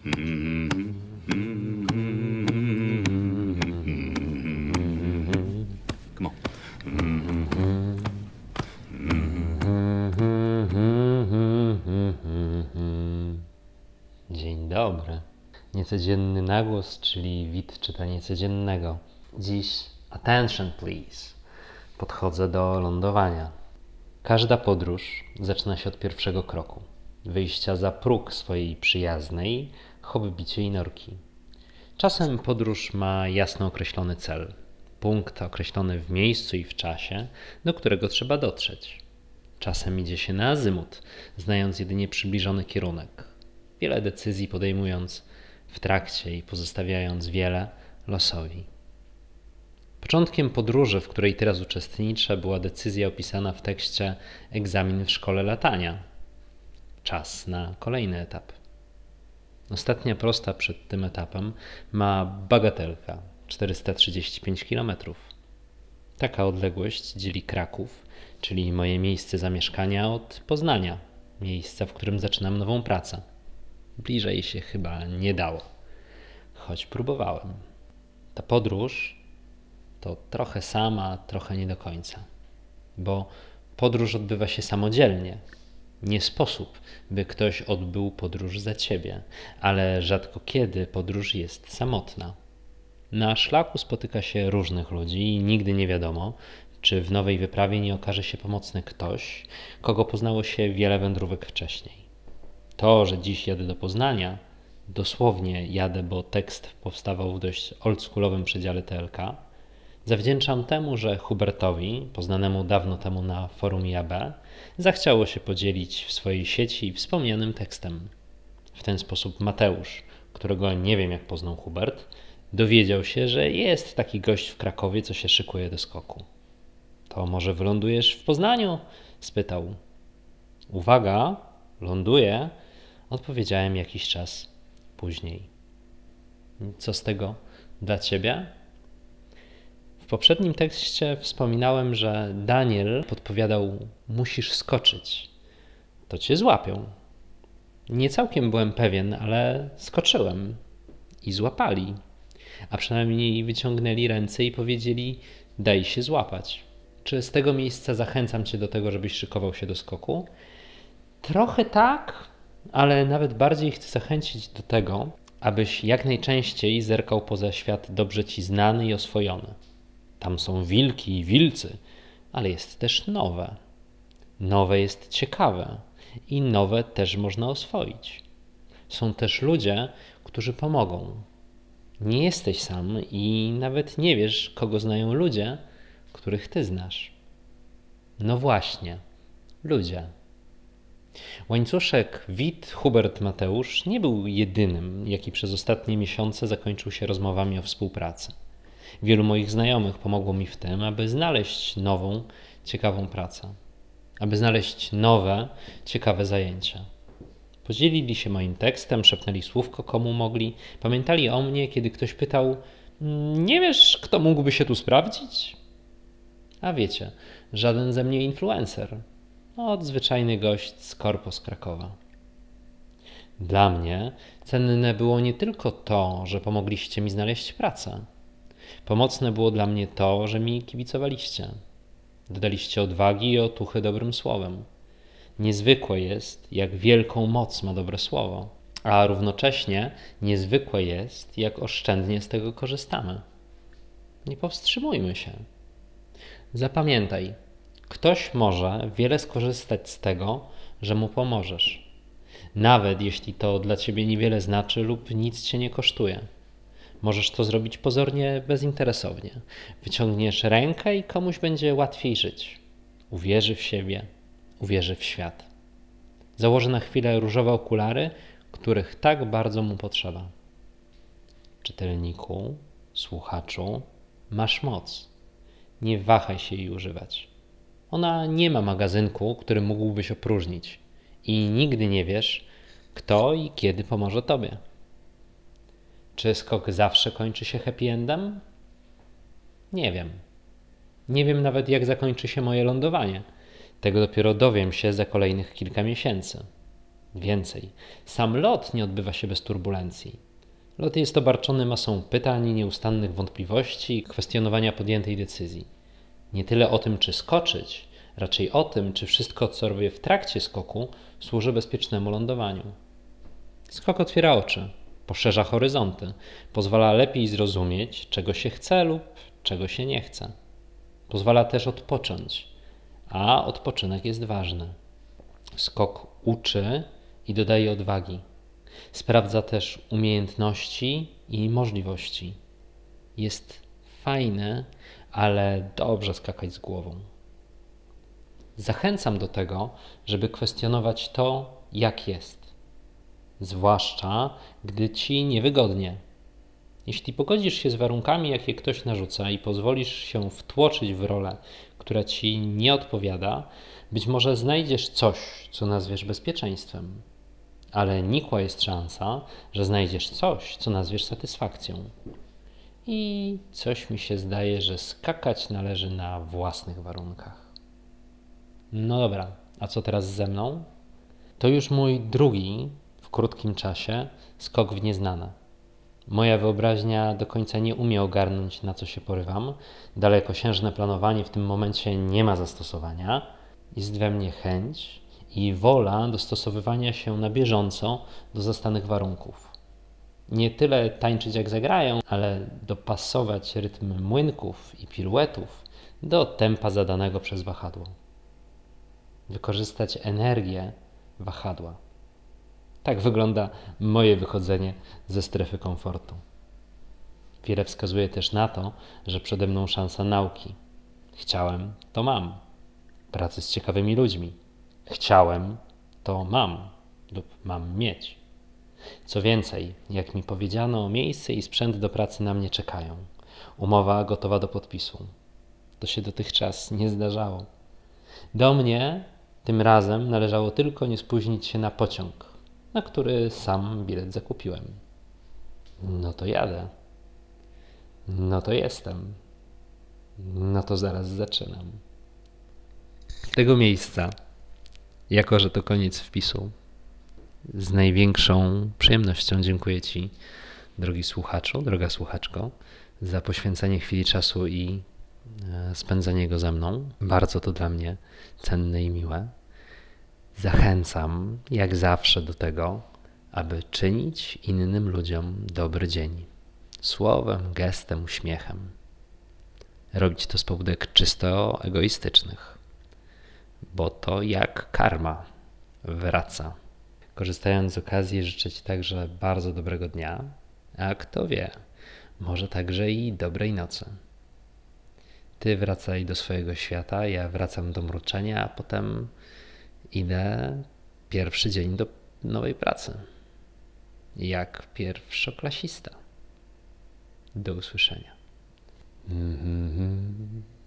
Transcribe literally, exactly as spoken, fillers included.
Come on. Dzień dobry. Niecodzienny nagłos, czyli wid czyta niecodziennego. Dziś attention please. Podchodzę do lądowania. Każda podróż zaczyna się od pierwszego kroku. Wyjścia za próg swojej przyjaznej, hobbiciej norki. Czasem podróż ma jasno określony cel. Punkt określony w miejscu i w czasie, do którego trzeba dotrzeć. Czasem idzie się na azymut, znając jedynie przybliżony kierunek. Wiele decyzji podejmując w trakcie i pozostawiając wiele losowi. Początkiem podróży, w której teraz uczestniczę, była decyzja opisana w tekście Egzamin w szkole latania. Czas na kolejny etap. Ostatnia prosta przed tym etapem ma bagatelka czterysta trzydzieści pięć kilometrów. Taka odległość dzieli Kraków, czyli moje miejsce zamieszkania, od Poznania, miejsca, w którym zaczynam nową pracę. Bliżej się chyba nie dało, choć próbowałem. Ta podróż to trochę sama, trochę nie do końca, bo podróż odbywa się samodzielnie. Nie sposób, by ktoś odbył podróż za ciebie, ale rzadko kiedy podróż jest samotna. Na szlaku spotyka się różnych ludzi i nigdy nie wiadomo, czy w nowej wyprawie nie okaże się pomocny ktoś, kogo poznało się wiele wędrówek wcześniej. To, że dziś jadę do Poznania, dosłownie jadę, bo tekst powstawał w dość oldschoolowym przedziale T L K, zawdzięczam temu, że Hubertowi, poznanemu dawno temu na forum I A B, zachciało się podzielić w swojej sieci wspomnianym tekstem. W ten sposób Mateusz, którego nie wiem jak poznał Hubert, dowiedział się, że jest taki gość w Krakowie, co się szykuje do skoku. To może wylądujesz w Poznaniu? Spytał. Uwaga, ląduję, odpowiedziałem jakiś czas później. Co z tego dla ciebie? W poprzednim tekście wspominałem, że Daniel podpowiadał, musisz skoczyć. To cię złapią. Nie całkiem byłem pewien, ale skoczyłem i złapali. A przynajmniej wyciągnęli ręce i powiedzieli, daj się złapać. Czy z tego miejsca zachęcam cię do tego, żebyś szykował się do skoku? Trochę tak, ale nawet bardziej chcę zachęcić do tego, abyś jak najczęściej zerkał poza świat dobrze ci znany i oswojony. Tam są wilki i wilcy, ale jest też nowe. Nowe jest ciekawe i nowe też można oswoić. Są też ludzie, którzy pomogą. Nie jesteś sam i nawet nie wiesz, kogo znają ludzie, których ty znasz. No właśnie, ludzie. Łańcuszek Wit, Hubert, Mateusz nie był jedynym, jaki przez ostatnie miesiące zakończył się rozmowami o współpracy. Wielu moich znajomych pomogło mi w tym, aby znaleźć nową, ciekawą pracę. Aby znaleźć nowe, ciekawe zajęcia. Podzielili się moim tekstem, szepnęli słówko komu mogli. Pamiętali o mnie, kiedy ktoś pytał, nie wiesz, kto mógłby się tu sprawdzić? A wiecie, żaden ze mnie influencer. Od zwyczajny gość z korpo z Krakowa. Dla mnie cenne było nie tylko to, że pomogliście mi znaleźć pracę. Pomocne było dla mnie to, że mi kibicowaliście. Dodaliście odwagi i otuchy dobrym słowem. Niezwykłe jest, jak wielką moc ma dobre słowo, a równocześnie niezwykłe jest, jak oszczędnie z tego korzystamy. Nie powstrzymujmy się. Zapamiętaj, ktoś może wiele skorzystać z tego, że mu pomożesz. Nawet jeśli to dla ciebie niewiele znaczy lub nic cię nie kosztuje. Możesz to zrobić pozornie bezinteresownie. Wyciągniesz rękę i komuś będzie łatwiej żyć. Uwierzy w siebie, uwierzy w świat. Założy na chwilę różowe okulary, których tak bardzo mu potrzeba. Czytelniku, słuchaczu, masz moc. Nie wahaj się jej używać. Ona nie ma magazynku, który mógłbyś opróżnić i nigdy nie wiesz, kto i kiedy pomoże tobie. Czy skok zawsze kończy się happy endem? Nie wiem. Nie wiem nawet, jak zakończy się moje lądowanie. Tego dopiero dowiem się za kolejnych kilka miesięcy. Więcej, sam lot nie odbywa się bez turbulencji. Lot jest obarczony masą pytań, nieustannych wątpliwości i kwestionowania podjętej decyzji. Nie tyle o tym, czy skoczyć, raczej o tym, czy wszystko, co robię w trakcie skoku, służy bezpiecznemu lądowaniu. Skok otwiera oczy, poszerza horyzonty, pozwala lepiej zrozumieć, czego się chce lub czego się nie chce. Pozwala też odpocząć, a odpoczynek jest ważny. Skok uczy i dodaje odwagi. Sprawdza też umiejętności i możliwości. Jest fajny, ale dobrze skakać z głową. Zachęcam do tego, żeby kwestionować to, jak jest. Zwłaszcza, gdy ci niewygodnie. Jeśli pogodzisz się z warunkami, jakie ktoś narzuca i pozwolisz się wtłoczyć w rolę, która ci nie odpowiada, być może znajdziesz coś, co nazwiesz bezpieczeństwem. Ale nikła jest szansa, że znajdziesz coś, co nazwiesz satysfakcją. I coś mi się zdaje, że skakać należy na własnych warunkach. No dobra, a co teraz ze mną? To już mój drugi, w krótkim czasie, skok w nieznane. Moja wyobraźnia do końca nie umie ogarnąć, na co się porywam. Dalekosiężne planowanie w tym momencie nie ma zastosowania. Jest we mnie chęć i wola dostosowywania się na bieżąco do zastanych warunków. Nie tyle tańczyć jak zagrają, ale dopasować rytm młynków i piruetów do tempa zadanego przez wahadło. Wykorzystać energię wahadła. Tak wygląda moje wychodzenie ze strefy komfortu. Wiele wskazuje też na to, że przede mną szansa nauki. Chciałem, to mam. Pracy z ciekawymi ludźmi. Chciałem, to mam lub mam mieć. Co więcej, jak mi powiedziano, miejsce i sprzęt do pracy na mnie czekają. Umowa gotowa do podpisu. To się dotychczas nie zdarzało. Do mnie tym razem należało tylko nie spóźnić się na pociąg, na który sam bilet zakupiłem. No to jadę. No to jestem. No to zaraz zaczynam. Z tego miejsca, jako że to koniec wpisu, z największą przyjemnością dziękuję Ci, drogi słuchaczu, droga słuchaczko, za poświęcenie chwili czasu i spędzenie go ze mną. Bardzo to dla mnie cenne i miłe. Zachęcam, jak zawsze, do tego, aby czynić innym ludziom dobry dzień. Słowem, gestem, uśmiechem. Robić to z pobudek czysto egoistycznych, bo to jak karma wraca. Korzystając z okazji, życzę Ci także bardzo dobrego dnia, a kto wie, może także i dobrej nocy. Ty wracaj do swojego świata, ja wracam do mruczenia, a potem idę pierwszy dzień do nowej pracy. Jak pierwszoklasista. Do usłyszenia. Mm-hmm.